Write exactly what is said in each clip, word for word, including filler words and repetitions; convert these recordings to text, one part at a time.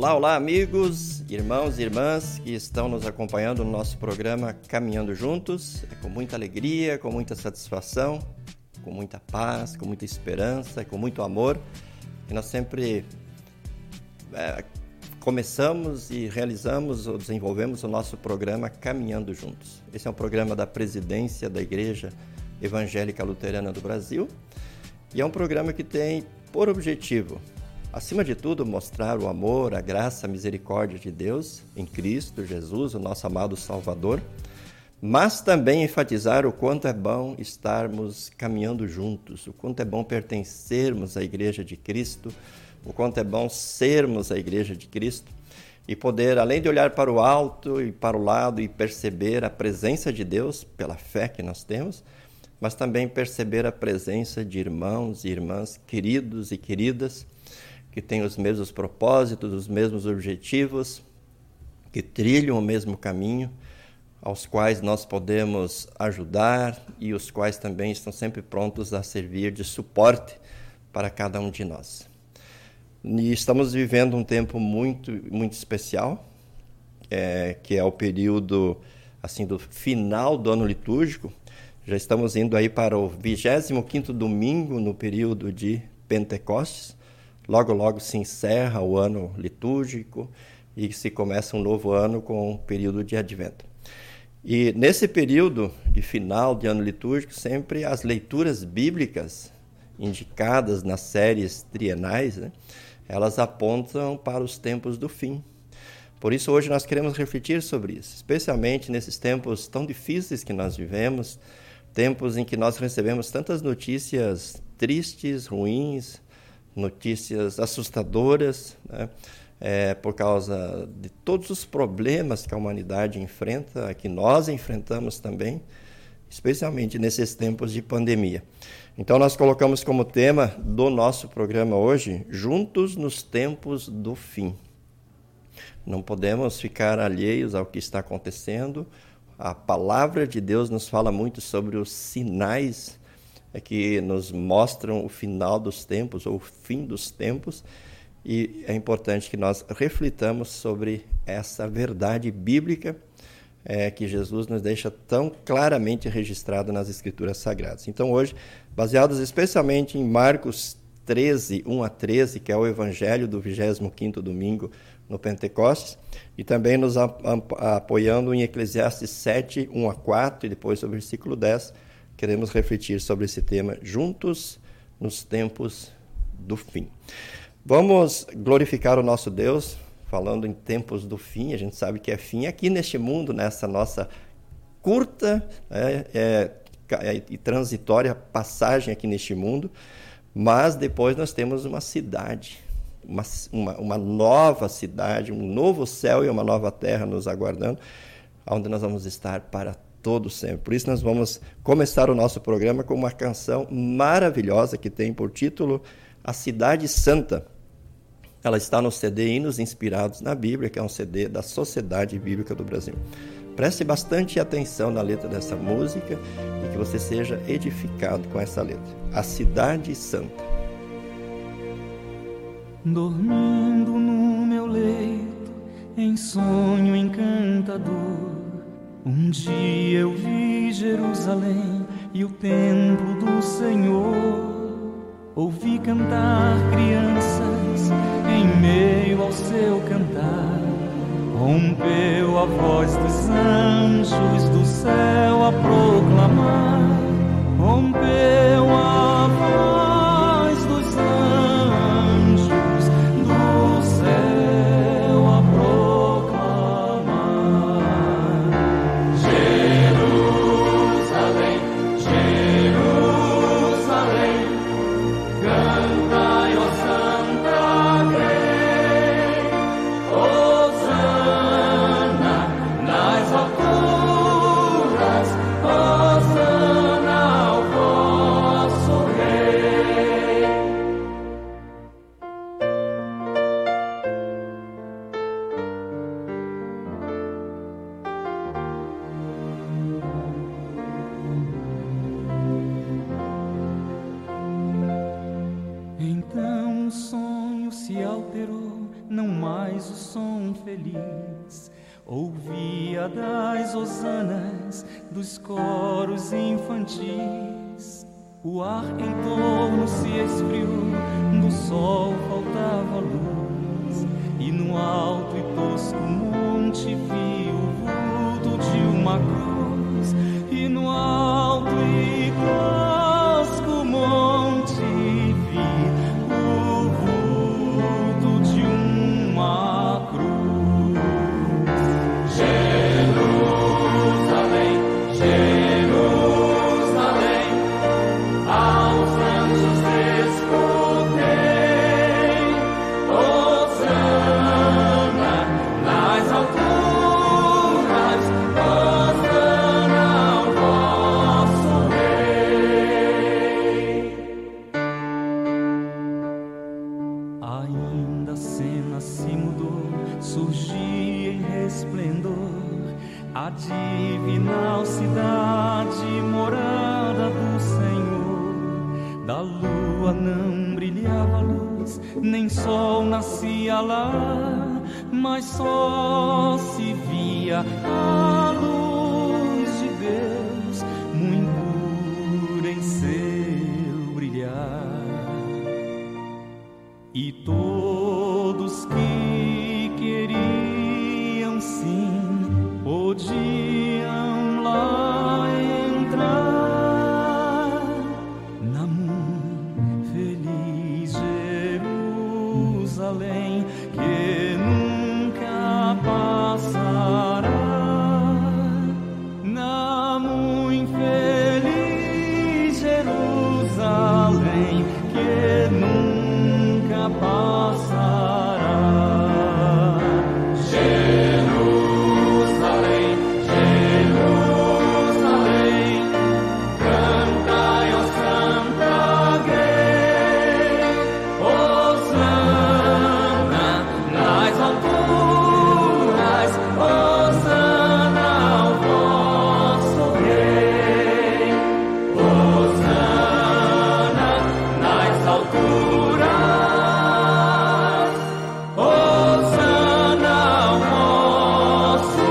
Olá, olá, amigos, irmãos e irmãs que estão nos acompanhando no nosso programa Caminhando Juntos. É com muita alegria, com muita satisfação, com muita paz, com muita esperança, com muito amor, que nós sempre é, começamos e realizamos ou desenvolvemos o nosso programa Caminhando Juntos. Esse é um programa da presidência da Igreja Evangélica Luterana do Brasil e é um programa que tem por objetivo, acima de tudo, mostrar o amor, a graça, a misericórdia de Deus em Cristo Jesus, o nosso amado Salvador, mas também enfatizar o quanto é bom estarmos caminhando juntos, o quanto é bom pertencermos à Igreja de Cristo, o quanto é bom sermos a Igreja de Cristo e poder, além de olhar para o alto e para o lado e perceber a presença de Deus pela fé que nós temos, mas também perceber a presença de irmãos e irmãs queridos e queridas que têm os mesmos propósitos, os mesmos objetivos, que trilham o mesmo caminho, aos quais nós podemos ajudar e os quais também estão sempre prontos a servir de suporte para cada um de nós. E estamos vivendo um tempo muito, muito especial, é, que é o período assim, do final do ano litúrgico. Já estamos indo aí para o vigésimo quinto domingo no período de Pentecostes. Logo, logo se encerra o ano litúrgico e se começa um novo ano com o período de Advento. E nesse período de final de ano litúrgico, sempre as leituras bíblicas indicadas nas séries trienais, né, elas apontam para os tempos do fim. Por isso, hoje nós queremos refletir sobre isso, especialmente nesses tempos tão difíceis que nós vivemos, tempos em que nós recebemos tantas notícias tristes, ruins, notícias assustadoras, né? É, por causa de todos os problemas que a humanidade enfrenta, que nós enfrentamos também, especialmente nesses tempos de pandemia. Então, nós colocamos como tema do nosso programa hoje, Juntos nos Tempos do Fim. Não podemos ficar alheios ao que está acontecendo. A palavra de Deus nos fala muito sobre os sinais que nos mostram o final dos tempos, ou o fim dos tempos, e é importante que nós reflitamos sobre essa verdade bíblica é, que Jesus nos deixa tão claramente registrado nas Escrituras Sagradas. Então, hoje, baseados especialmente em Marcos treze, um a treze, que é o Evangelho do vigésimo quinto domingo no Pentecostes, e também nos apoiando em Eclesiastes sete, um a quatro, e depois o versículo dez, queremos refletir sobre esse tema, juntos nos tempos do fim. Vamos glorificar o nosso Deus, falando em tempos do fim. A gente sabe que é fim aqui neste mundo, nessa nossa curta é, é, é, e transitória passagem aqui neste mundo, mas depois nós temos uma cidade, uma, uma, uma nova cidade, um novo céu e uma nova terra nos aguardando, onde nós vamos estar para todo sempre. Por isso nós vamos começar o nosso programa com uma canção maravilhosa que tem por título A Cidade Santa. Ela está no C D Hinos Inspirados na Bíblia, que é um C D da Sociedade Bíblica do Brasil. Preste bastante atenção na letra dessa música e que você seja edificado com essa letra. A Cidade Santa. Dormindo no meu leito, em sonho encantador, um dia eu vi Jerusalém e o templo do Senhor. Ouvi cantar crianças em meio ao seu cantar. Rompeu a voz dos anjos do céu a proclamar. Rompeu a voz dos anjos do céu a proclamar. Jerusalém, Jerusalém, cantai, ó Santa Grey, Hosana nas alturas, Hosana ao vosso Rei. feliz, ouvia das hosanas dos coros infantis. O ar em torno se esfriou, do sol faltava luz, e no alto e tosco monte vi o vulto de uma cruz. E no alto e tosco monte vi o vulto de uma cruz. Jerusalém, Jerusalém, aos anjos escutei, hosana nas alturas, hosana ao vosso rei. Ainda a cena se mudou, surgia em resplendor a divinal cidade, morada do Senhor. Da lua não brilhava luz, nem sol nascia lá, mas só se via a luz de Deus, muito pura em seu brilhar. E todos que queriam sim podiam lá entrar na muito feliz Jerusalém, que nunca passará. Na muito feliz Jerusalém, que nunca passará. Jerusalém, Jerusalém, cantai, ó Santa Grey, hosana nas alturas, hosana ao vosso rei, hosana nas alturas, hosana ao vosso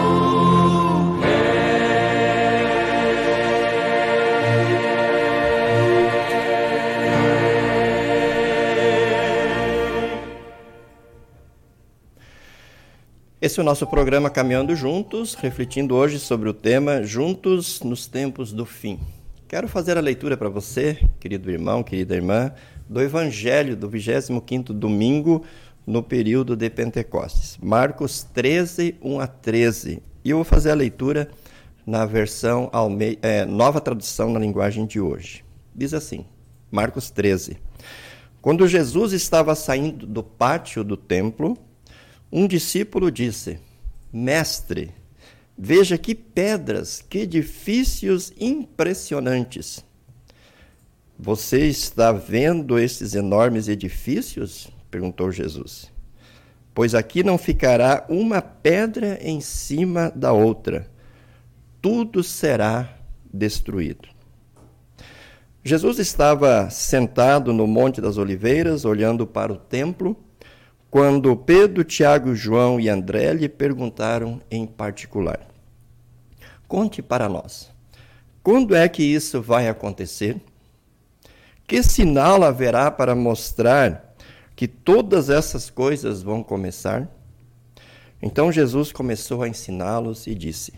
Esse é o nosso programa Caminhando Juntos, refletindo hoje sobre o tema Juntos nos Tempos do Fim. Quero fazer a leitura para você, querido irmão, querida irmã, do Evangelho do vigésimo quinto domingo no período de Pentecostes. Marcos treze, um a treze. E eu vou fazer a leitura na versão Alme... é, nova tradução na linguagem de hoje. Diz assim, Marcos treze. Quando Jesus estava saindo do pátio do templo, um discípulo disse: Mestre, veja que pedras, que edifícios impressionantes. Você está vendo esses enormes edifícios? Perguntou Jesus. Pois aqui não ficará uma pedra em cima da outra. Tudo será destruído. Jesus estava sentado no Monte das Oliveiras, olhando para o templo, quando Pedro, Tiago, João e André lhe perguntaram em particular: Conte para nós, quando é que isso vai acontecer? Que sinal haverá para mostrar que todas essas coisas vão começar? Então Jesus começou a ensiná-los e disse: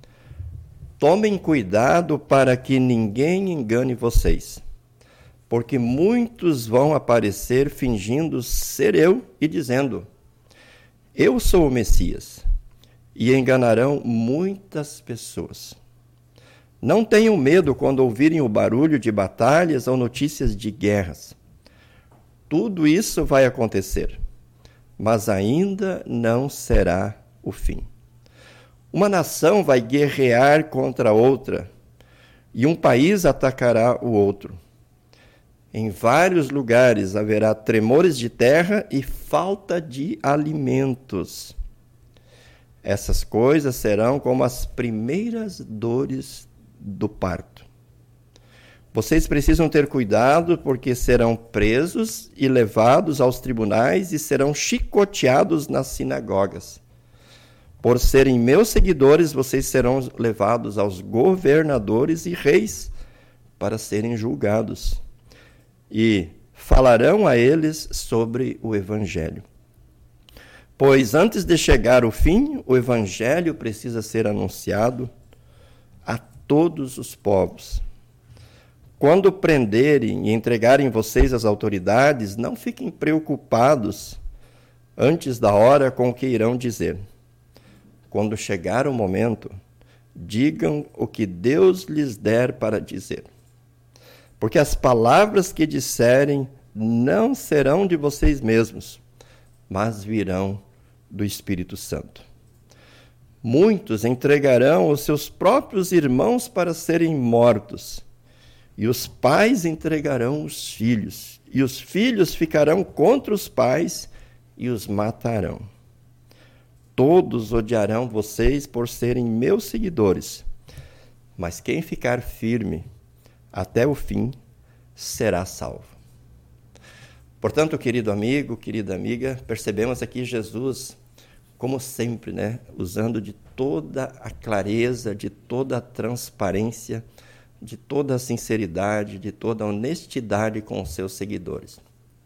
Tomem cuidado para que ninguém engane vocês, porque muitos vão aparecer fingindo ser eu e dizendo: Eu sou o Messias, e enganarão muitas pessoas. Não tenham medo quando ouvirem o barulho de batalhas ou notícias de guerras. Tudo isso vai acontecer, mas ainda não será o fim. Uma nação vai guerrear contra outra, e um país atacará o outro. Em vários lugares haverá tremores de terra e falta de alimentos. Essas coisas serão como as primeiras dores do parto. Vocês precisam ter cuidado, porque serão presos e levados aos tribunais e serão chicoteados nas sinagogas. Por serem meus seguidores, vocês serão levados aos governadores e reis para serem julgados. E falarão a eles sobre o Evangelho. Pois antes de chegar o fim, o Evangelho precisa ser anunciado a todos os povos. Quando prenderem e entregarem vocês às autoridades, não fiquem preocupados antes da hora com o que irão dizer. Quando chegar o momento, digam o que Deus lhes der para dizer. Porque as palavras que disserem não serão de vocês mesmos, mas virão do Espírito Santo. Muitos entregarão os seus próprios irmãos para serem mortos, e os pais entregarão os filhos, e os filhos ficarão contra os pais e os matarão. Todos odiarão vocês por serem meus seguidores, mas quem ficar firme até o fim será salvo. Portanto, querido amigo, querida amiga, percebemos aqui Jesus, como sempre, né, usando de toda a clareza, de toda a transparência, de toda a sinceridade, de toda a honestidade com os seus seguidores.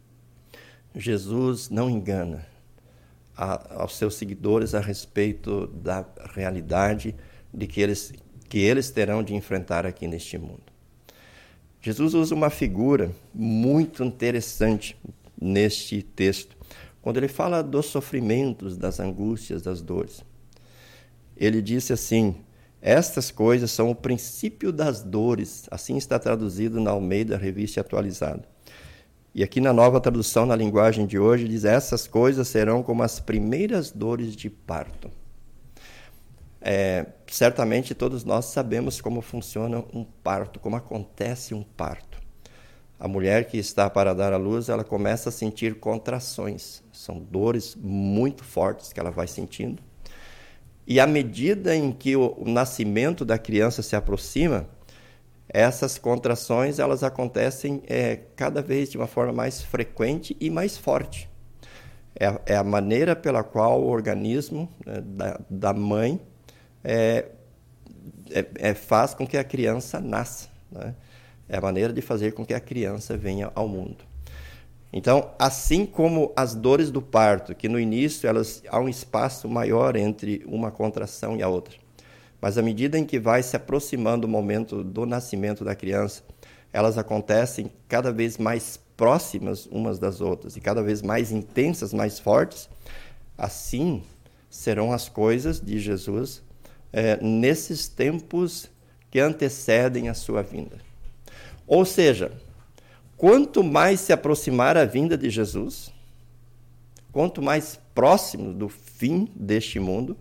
Jesus não engana a, aos seus seguidores a respeito da realidade de que eles, que eles terão de enfrentar aqui neste mundo. Jesus usa uma figura muito interessante neste texto, quando ele fala dos sofrimentos, das angústias, das dores. Ele disse assim: estas coisas são o princípio das dores, assim está traduzido na Almeida Revista Atualizada. E aqui na nova tradução, na linguagem de hoje, diz: essas coisas serão como as primeiras dores de parto. É, certamente todos nós sabemos como funciona um parto, como acontece um parto. A mulher que está para dar à luz, ela começa a sentir contrações. São dores muito fortes que ela vai sentindo. E à medida em que o, o nascimento da criança se aproxima, essas contrações elas acontecem é, cada vez de uma forma mais frequente e mais forte. É, é a maneira pela qual o organismo, né, da, da mãe é, é, é, faz com que a criança nasça, né? É a maneira de fazer com que a criança venha ao mundo. Então, assim como as dores do parto, que no início elas, há um espaço maior entre uma contração e a outra, mas à medida em que vai se aproximando o momento do nascimento da criança, elas acontecem cada vez mais próximas umas das outras e cada vez mais intensas, mais fortes. Assim serão as coisas de Jesus é, nesses tempos que antecedem a sua vinda. Ou seja, quanto mais se aproximar a vinda de Jesus, quanto mais próximo do fim deste mundo,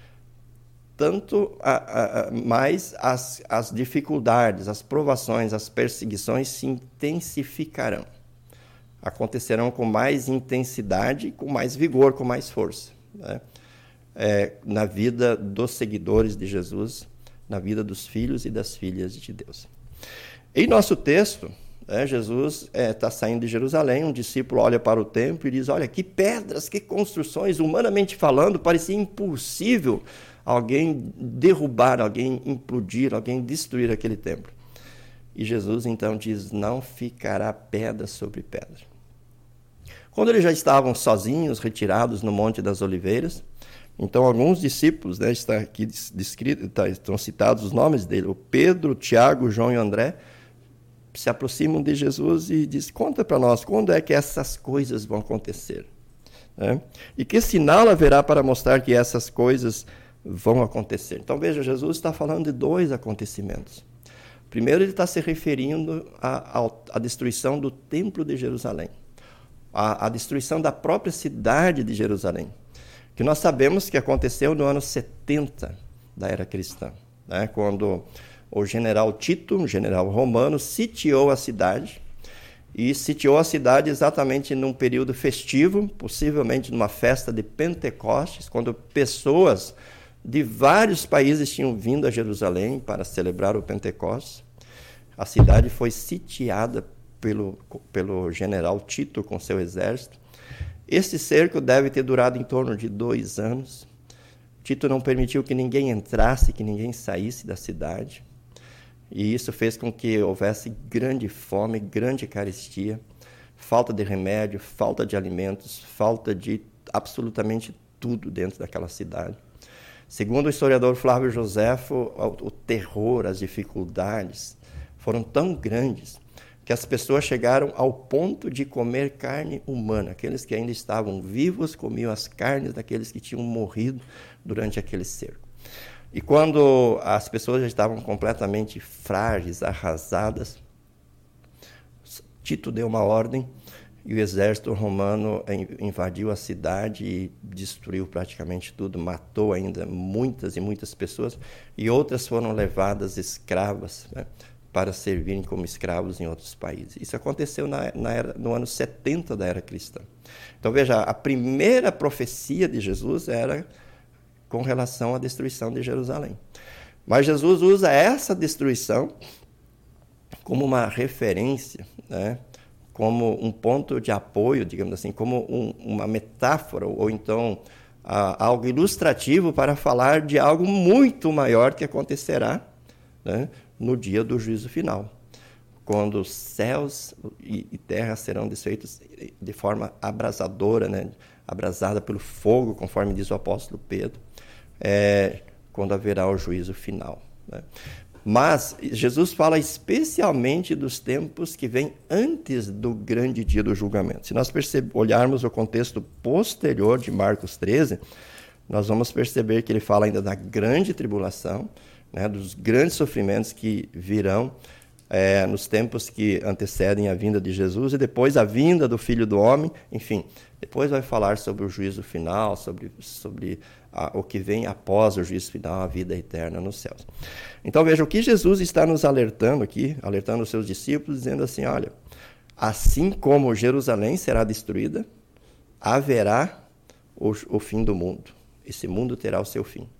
tanto a, a, mais as, as dificuldades, as provações, as perseguições se intensificarão. Acontecerão com mais intensidade, com mais vigor, com mais força, né? É, na vida dos seguidores de Jesus, na vida dos filhos e das filhas de Deus. Em nosso texto, é, Jesus está é, saindo de Jerusalém, um discípulo olha para o templo e diz: olha, que pedras, que construções, humanamente falando, parecia impossível alguém derrubar, alguém implodir, alguém destruir aquele templo. E Jesus então diz: não ficará pedra sobre pedra. Quando eles já estavam sozinhos, retirados no Monte das Oliveiras, então alguns discípulos, né, está aqui descrito, tá, estão citados os nomes dele, o Pedro, Tiago, João e André, se aproximam de Jesus e dizem: conta para nós, quando é que essas coisas vão acontecer? É? E que sinal haverá para mostrar que essas coisas vão acontecer? Então veja, Jesus está falando de dois acontecimentos. Primeiro, ele está se referindo à, à destruição do templo de Jerusalém, à, à destruição da própria cidade de Jerusalém, que nós sabemos que aconteceu no ano setenta da era cristã, né? Quando o general Tito, um general romano, sitiou a cidade, e sitiou a cidade exatamente num período festivo, possivelmente numa festa de Pentecostes, quando pessoas de vários países tinham vindo a Jerusalém para celebrar o Pentecostes. A cidade foi sitiada pelo, pelo general Tito com seu exército. Esse cerco deve ter durado em torno de dois anos. Tito não permitiu que ninguém entrasse, que ninguém saísse da cidade. E isso fez com que houvesse grande fome, grande carestia, falta de remédio, falta de alimentos, falta de absolutamente tudo dentro daquela cidade. Segundo o historiador Flávio Joséfo, o terror, as dificuldades foram tão grandes que as pessoas chegaram ao ponto de comer carne humana. Aqueles que ainda estavam vivos comiam as carnes daqueles que tinham morrido durante aquele cerco. E quando as pessoas já estavam completamente frágeis, arrasadas, Tito deu uma ordem e o exército romano invadiu a cidade e destruiu praticamente tudo, matou ainda muitas e muitas pessoas, e outras foram levadas escravas, né, para servirem como escravos em outros países. Isso aconteceu na, na era, no ano setenta da era cristã. Então, veja, a primeira profecia de Jesus era com relação à destruição de Jerusalém. Mas Jesus usa essa destruição como uma referência, né, como um ponto de apoio, digamos assim, como um, uma metáfora, ou então ah, algo ilustrativo para falar de algo muito maior que acontecerá, né, no dia do juízo final, quando os céus e, e terra serão desfeitos de forma abrasadora, né, abrasada pelo fogo, conforme diz o apóstolo Pedro, é, quando haverá o juízo final, né? Mas Jesus fala especialmente dos tempos que vêm antes do grande dia do julgamento. Se nós perceb- olharmos o contexto posterior de Marcos treze, nós vamos perceber que ele fala ainda da grande tribulação, né, dos grandes sofrimentos que virão é, nos tempos que antecedem a vinda de Jesus, e depois a vinda do Filho do Homem. Enfim, depois vai falar sobre o juízo final, sobre, sobre a, o que vem após o juízo final, a vida eterna nos céus. Então, veja, o que Jesus está nos alertando aqui, alertando os seus discípulos, dizendo assim, olha, assim como Jerusalém será destruída, haverá o, o fim do mundo. Esse mundo terá o seu fim.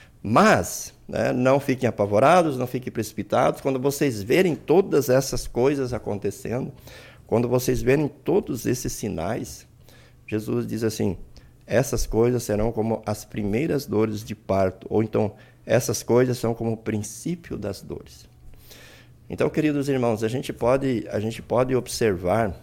Mas, né, não fiquem apavorados, não fiquem precipitados. Quando vocês verem todas essas coisas acontecendo, quando vocês verem todos esses sinais, Jesus diz assim, essas coisas serão como as primeiras dores de parto, ou então, essas coisas são como o princípio das dores. Então, queridos irmãos, a gente pode, a gente pode observar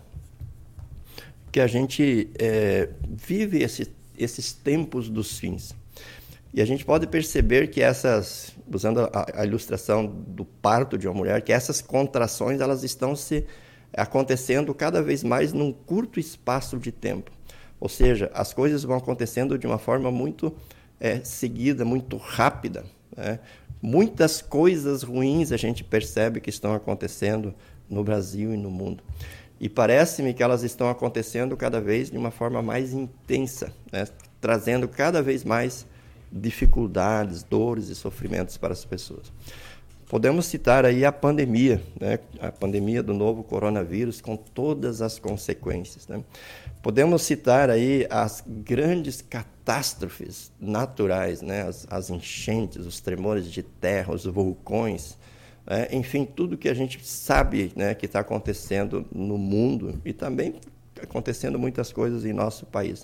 que a gente é, vive esse, esses tempos dos fins. E a gente pode perceber que essas, usando a, a ilustração do parto de uma mulher, que essas contrações elas estão se acontecendo cada vez mais num curto espaço de tempo. Ou seja, as coisas vão acontecendo de uma forma muito é, seguida, muito rápida, né? Muitas coisas ruins a gente percebe que estão acontecendo no Brasil e no mundo. E parece-me que elas estão acontecendo cada vez de uma forma mais intensa, né? Trazendo cada vez mais dificuldades, dores e sofrimentos para as pessoas. Podemos citar aí a pandemia, né? A pandemia do novo coronavírus, com todas as consequências, né? Podemos citar aí as grandes catástrofes naturais, né? as, as enchentes, os tremores de terra, os vulcões, né? Enfim, tudo que a gente sabe, né, que está acontecendo no mundo e também acontecendo muitas coisas em nosso país.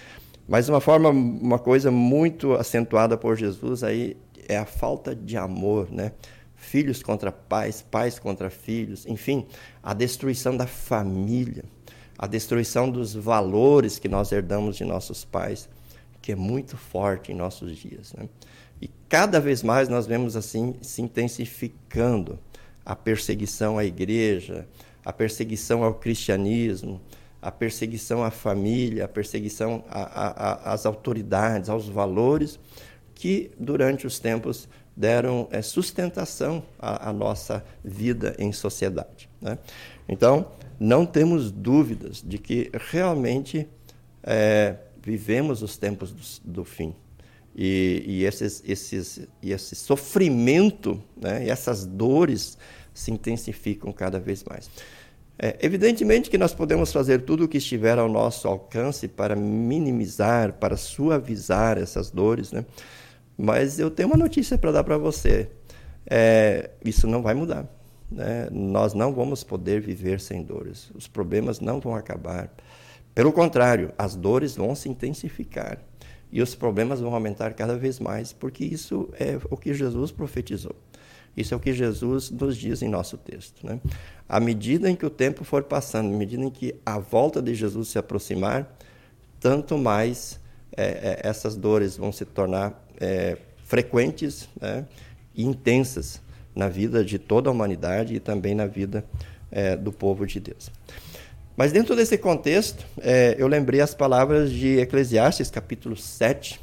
Mas uma forma, uma coisa muito acentuada por Jesus aí é a falta de amor, né? Filhos contra pais, pais contra filhos, enfim, a destruição da família, a destruição dos valores que nós herdamos de nossos pais, que é muito forte em nossos dias, né? E cada vez mais nós vemos assim se intensificando a perseguição à igreja, a perseguição ao cristianismo, a perseguição à família, a perseguição a, a, a, às autoridades, aos valores que durante os tempos deram é, sustentação à, à nossa vida em sociedade, né? Então, não temos dúvidas de que realmente é, vivemos os tempos do, do fim. E, e, esses, esses, e esse sofrimento, né, e essas dores se intensificam cada vez mais. É, evidentemente que nós podemos fazer tudo o que estiver ao nosso alcance para minimizar, para suavizar essas dores, né? Mas eu tenho uma notícia para dar para você. É, isso não vai mudar, né? Nós não vamos poder viver sem dores. Os problemas não vão acabar. Pelo contrário, as dores vão se intensificar. e os problemas vão aumentar cada vez mais, porque isso é o que Jesus profetizou. Isso é o que Jesus nos diz em nosso texto, né? À medida em que o tempo for passando, à medida em que a volta de Jesus se aproximar, tanto mais é, é, essas dores vão se tornar é, frequentes, né, e intensas na vida de toda a humanidade e também na vida é, do povo de Deus. Mas dentro desse contexto, é, eu lembrei as palavras de Eclesiastes, capítulo sete,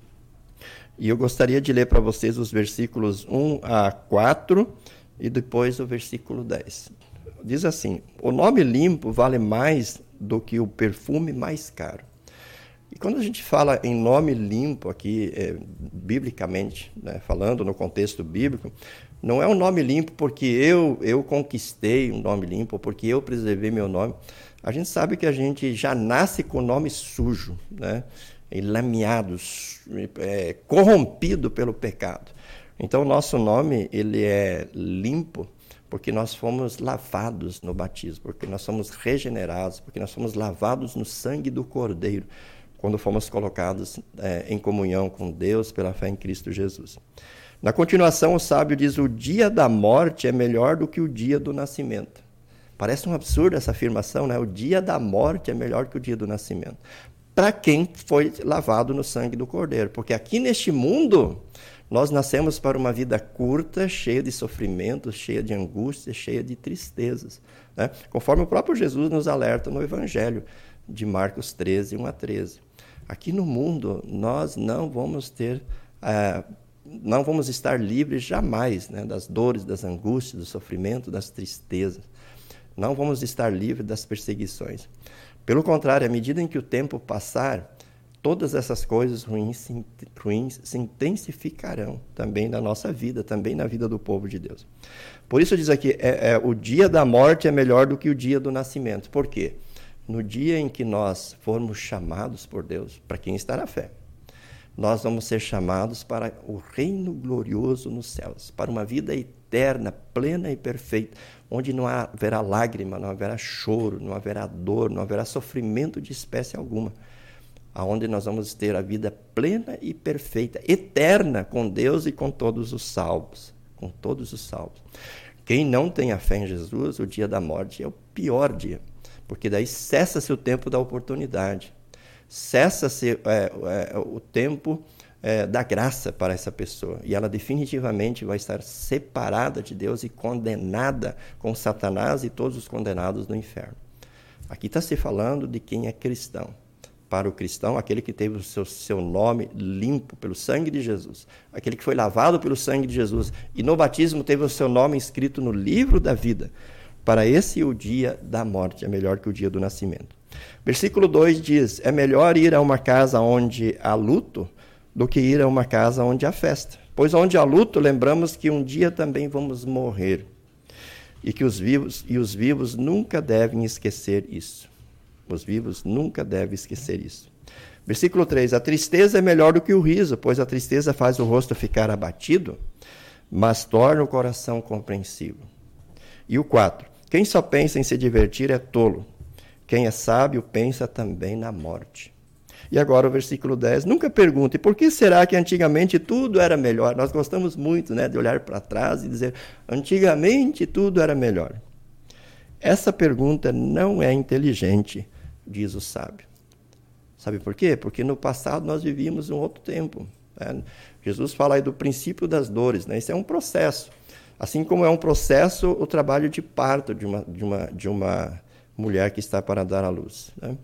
e eu gostaria de ler para vocês os versículos um a quatro e depois o versículo dez. Diz assim: o nome limpo vale mais do que o perfume mais caro. E quando a gente fala em nome limpo aqui, é, biblicamente, né, falando no contexto bíblico, não é um nome limpo porque eu, eu conquistei um nome limpo, porque eu preservei meu nome. A gente sabe que a gente já nasce com o nome sujo, né? Enlameado, é, corrompido pelo pecado. Então, o nosso nome ele é limpo porque nós fomos lavados no batismo, porque nós somos regenerados, porque nós fomos lavados no sangue do Cordeiro, quando fomos colocados é, em comunhão com Deus pela fé em Cristo Jesus. Na continuação, o sábio diz: o dia da morte é melhor do que o dia do nascimento. Parece um absurdo essa afirmação, né? O dia da morte é melhor que o dia do nascimento. Para quem foi lavado no sangue do Cordeiro. Porque aqui neste mundo, nós nascemos para uma vida curta, cheia de sofrimentos, cheia de angústias, cheia de tristezas, né? Conforme o próprio Jesus nos alerta no Evangelho de Marcos treze, um a treze. Aqui no mundo, nós não vamos ter, uh, não vamos estar livres jamais, né, das dores, das angústias, do sofrimento, das tristezas. Não vamos estar livres das perseguições. Pelo contrário, à medida em que o tempo passar, todas essas coisas ruins se, ruins se intensificarão também na nossa vida, também na vida do povo de Deus. Por isso diz aqui, é, é, o dia da morte é melhor do que o dia do nascimento. Por quê? No dia em que nós formos chamados por Deus, para quem está na fé, nós vamos ser chamados para o reino glorioso nos céus, para uma vida eterna, plena e perfeita, onde não haverá lágrima, não haverá choro, não haverá dor, não haverá sofrimento de espécie alguma, aonde nós vamos ter a vida plena e perfeita, eterna com Deus e com todos os salvos, com todos os salvos. Quem não tem a fé em Jesus, o dia da morte é o pior dia, porque daí cessa-se o tempo da oportunidade, cessa-se é, é, o tempo é, da graça para essa pessoa, e ela definitivamente vai estar separada de Deus e condenada com Satanás e todos os condenados no inferno. Aqui está se falando de quem é cristão. Para o cristão, aquele que teve o seu, seu nome limpo pelo sangue de Jesus, aquele que foi lavado pelo sangue de Jesus e no batismo teve o seu nome escrito no livro da vida, para esse o dia da morte é melhor que o dia do nascimento. Versículo dois diz: é melhor ir a uma casa onde há luto do que ir a uma casa onde há festa. Pois onde há luto, lembramos que um dia também vamos morrer, e que os vivos, e os vivos nunca devem esquecer isso. Os vivos nunca devem esquecer isso. Versículo três: a tristeza é melhor do que o riso, pois a tristeza faz o rosto ficar abatido, mas torna o coração compreensivo. E o quatro: quem só pensa em se divertir é tolo. Quem é sábio pensa também na morte. E agora o versículo dez: nunca pergunte, por que será que antigamente tudo era melhor? Nós gostamos muito, né, de olhar para trás e dizer, antigamente tudo era melhor. Essa pergunta não é inteligente, diz o sábio. Sabe por quê? Porque no passado nós vivíamos um outro tempo, né? Jesus fala aí do princípio das dores, né? Isso é um processo. Assim como é um processo o trabalho de parto de uma, de uma, de uma mulher que está para dar à luz, né?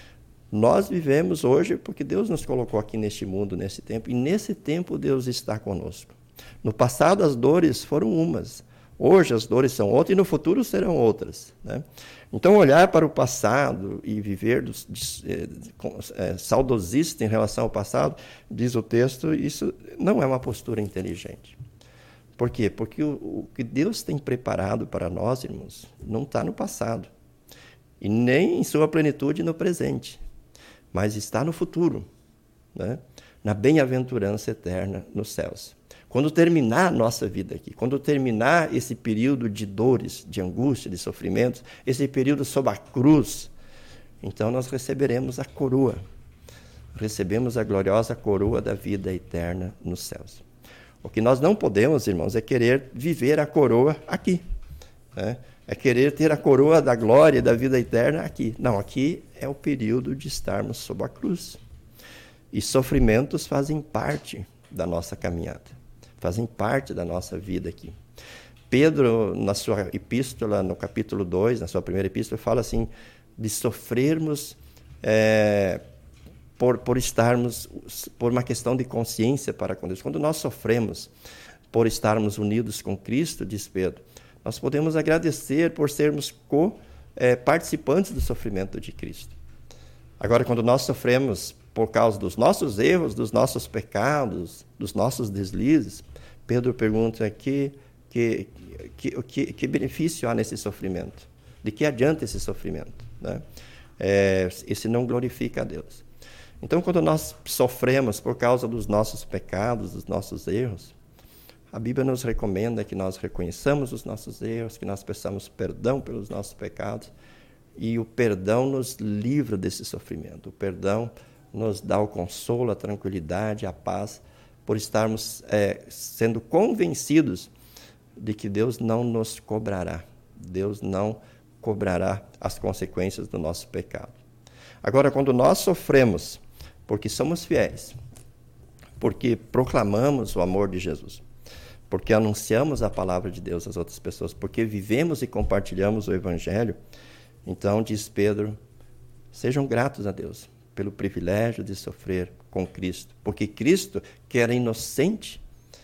Nós vivemos hoje porque Deus nos colocou aqui neste mundo, nesse tempo, e nesse tempo Deus está conosco. No passado as dores foram umas, hoje as dores são outras e no futuro serão outras, né? Então olhar para o passado e viver do, de, é, saudosista em relação ao passado, diz o texto, isso não é uma postura inteligente. Por quê? Porque o, o que Deus tem preparado para nós, irmãos, não está no passado, e nem em sua plenitude no presente, mas está no futuro, né? Na bem-aventurança eterna nos céus. Quando terminar a nossa vida aqui, quando terminar esse período de dores, de angústia, de sofrimentos, esse período sob a cruz, então nós receberemos a coroa, recebemos a gloriosa coroa da vida eterna nos céus. O que nós não podemos, irmãos, é querer viver a coroa aqui, né? É querer ter a coroa da glória e da vida eterna aqui. Não, aqui é o período de estarmos sob a cruz. E sofrimentos fazem parte da nossa caminhada, fazem parte da nossa vida aqui. Pedro, na sua epístola, no capítulo dois, na sua primeira epístola, fala assim, de sofrermos é, por, por estarmos, por uma questão de consciência para com Deus. Quando nós sofremos por estarmos unidos com Cristo, diz Pedro, nós podemos agradecer por sermos co-participantes é, do sofrimento de Cristo. Agora, quando nós sofremos por causa dos nossos erros, dos nossos pecados, dos nossos deslizes, Pedro pergunta que, que, que, que, que benefício há nesse sofrimento? De que adianta esse sofrimento, né? É, esse não glorifica a Deus. Então, quando nós sofremos por causa dos nossos pecados, dos nossos erros, a Bíblia nos recomenda que nós reconheçamos os nossos erros, que nós peçamos perdão pelos nossos pecados, e o perdão nos livra desse sofrimento. O perdão nos dá o consolo, a tranquilidade, a paz, por estarmos é, sendo convencidos de que Deus não nos cobrará. Deus não cobrará as consequências do nosso pecado. Agora, quando nós sofremos, porque somos fiéis, porque proclamamos o amor de Jesus, porque anunciamos a palavra de Deus às outras pessoas, porque vivemos e compartilhamos o Evangelho, então, diz Pedro, sejam gratos a Deus pelo privilégio de sofrer com Cristo, porque Cristo, que era inocente,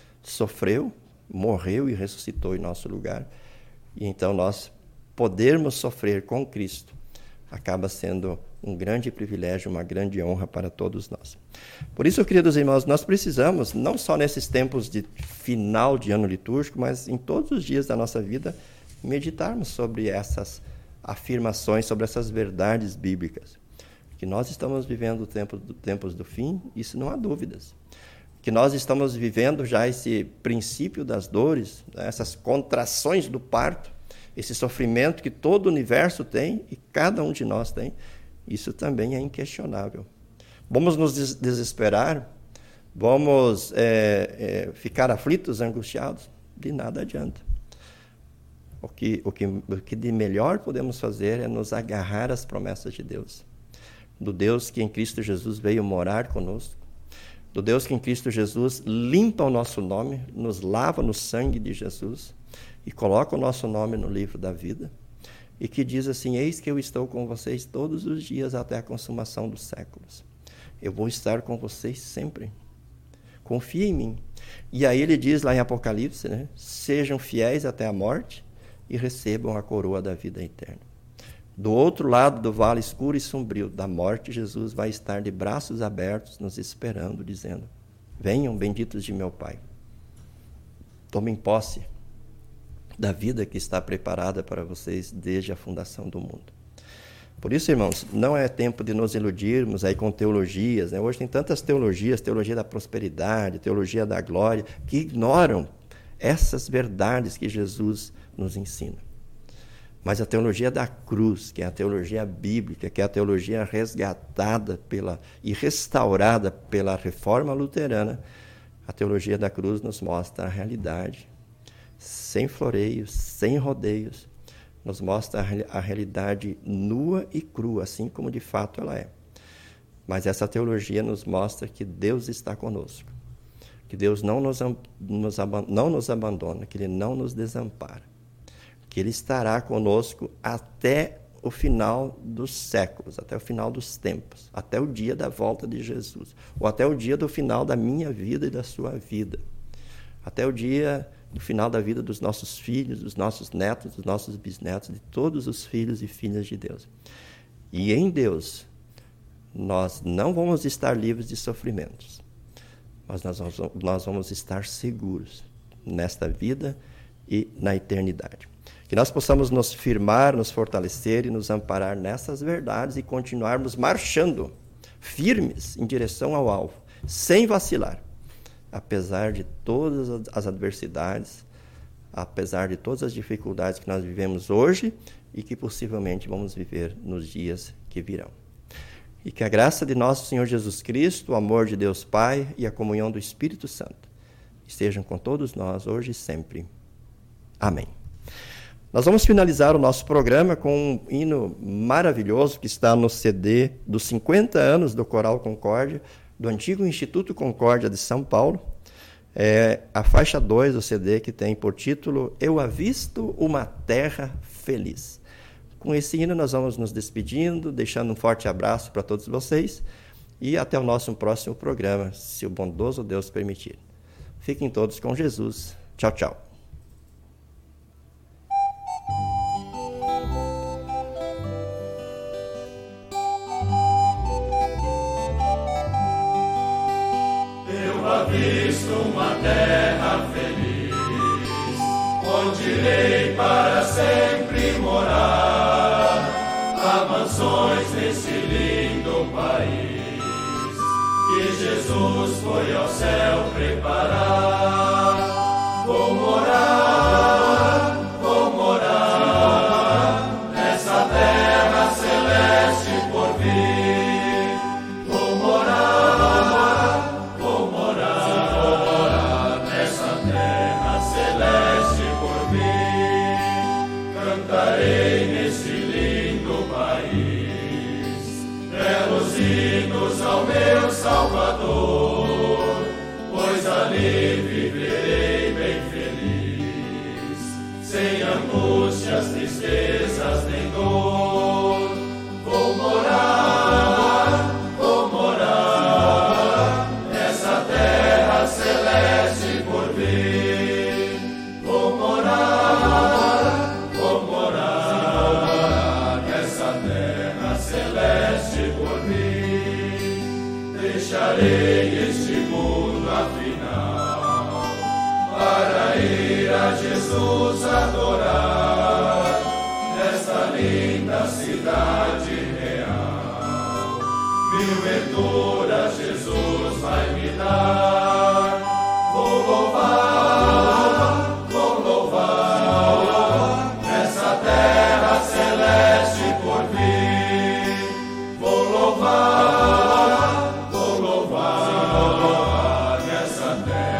sofreu, morreu e ressuscitou em nosso lugar, e então nós podermos sofrer com Cristo acaba sendo um grande privilégio, uma grande honra para todos nós. Por isso, queridos irmãos, nós precisamos, não só nesses tempos de final de ano litúrgico, mas em todos os dias da nossa vida, meditarmos sobre essas afirmações, sobre essas verdades bíblicas. Que nós estamos vivendo tempos do, tempos do fim, isso não há dúvidas. Que nós estamos vivendo já esse princípio das dores, né, essas contrações do parto, esse sofrimento que todo o universo tem e cada um de nós tem, isso também é inquestionável. Vamos nos des- desesperar? Vamos é, é, ficar aflitos, angustiados? De nada adianta. O que, o, que, o que de melhor podemos fazer é nos agarrar às promessas de Deus. Do Deus que em Cristo Jesus veio morar conosco, do Deus que em Cristo Jesus limpa o nosso nome, nos lava no sangue de Jesus e coloca o nosso nome no livro da vida, e que diz assim, eis que eu estou com vocês todos os dias até a consumação dos séculos. Eu vou estar com vocês sempre. Confia em mim. E aí ele diz lá em Apocalipse, né, sejam fiéis até a morte e recebam a coroa da vida eterna. Do outro lado do vale escuro e sombrio da morte, Jesus vai estar de braços abertos, nos esperando, dizendo, venham, benditos de meu Pai. Tomem posse da vida que está preparada para vocês desde a fundação do mundo. Por isso, irmãos, não é tempo de nos iludirmos aí com teologias, né? Hoje tem tantas teologias, teologia da prosperidade, teologia da glória, que ignoram essas verdades que Jesus nos ensina. Mas a teologia da cruz, que é a teologia bíblica, que é a teologia resgatada pela, e restaurada pela reforma luterana, a teologia da cruz nos mostra a realidade, sem floreios, sem rodeios, nos mostra a realidade nua e crua, assim como de fato ela é. Mas essa teologia nos mostra que Deus está conosco, que Deus não nos, nos, não nos abandona, que Ele não nos desampara, que Ele estará conosco até o final dos séculos, até o final dos tempos, até o dia da volta de Jesus, ou até o dia do final da minha vida e da sua vida, até o dia do final da vida dos nossos filhos, dos nossos netos, dos nossos bisnetos, de todos os filhos e filhas de Deus. E em Deus, nós não vamos estar livres de sofrimentos, mas nós, nós vamos estar seguros nesta vida e na eternidade. Que nós possamos nos firmar, nos fortalecer e nos amparar nessas verdades e continuarmos marchando firmes em direção ao alvo, sem vacilar, apesar de todas as adversidades, apesar de todas as dificuldades que nós vivemos hoje e que possivelmente vamos viver nos dias que virão. e que a graça de nosso Senhor Jesus Cristo, o amor de Deus Pai e a comunhão do Espírito Santo estejam com todos nós hoje e sempre. Amém. Nós vamos finalizar o nosso programa com um hino maravilhoso que está no C D dos cinquenta anos do Coral Concórdia, do antigo Instituto Concórdia de São Paulo. É a faixa dois do C D, que tem por título Eu Avisto uma Terra Feliz. Com esse hino nós vamos nos despedindo, deixando um forte abraço para todos vocês e até o nosso próximo programa, se o bondoso Deus permitir. Fiquem todos com Jesus. Tchau, tchau. Avisto uma terra feliz, onde irei para sempre morar. Há mansões nesse lindo país, que Jesus foi ao céu preparar. Vou morar, vou morar, nessa terra celeste por vir. Vou morar, cantarei nesse lindo país belos hinos ao meu Salvador, pois ali viverei bem feliz, sem angústias, tristezas nem dor. Vou morar, vou morar nessa terra celeste por vir. Vou morar, vou morar nessa terra celeste por vir. Deixarei este mundo afinal para ir a Jesus adorar nesta linda cidade real. Mil venturas Jesus vai me dar. Vou louvar, vou louvar nessa terra celeste por vir. Vou louvar, vou louvar nessa terra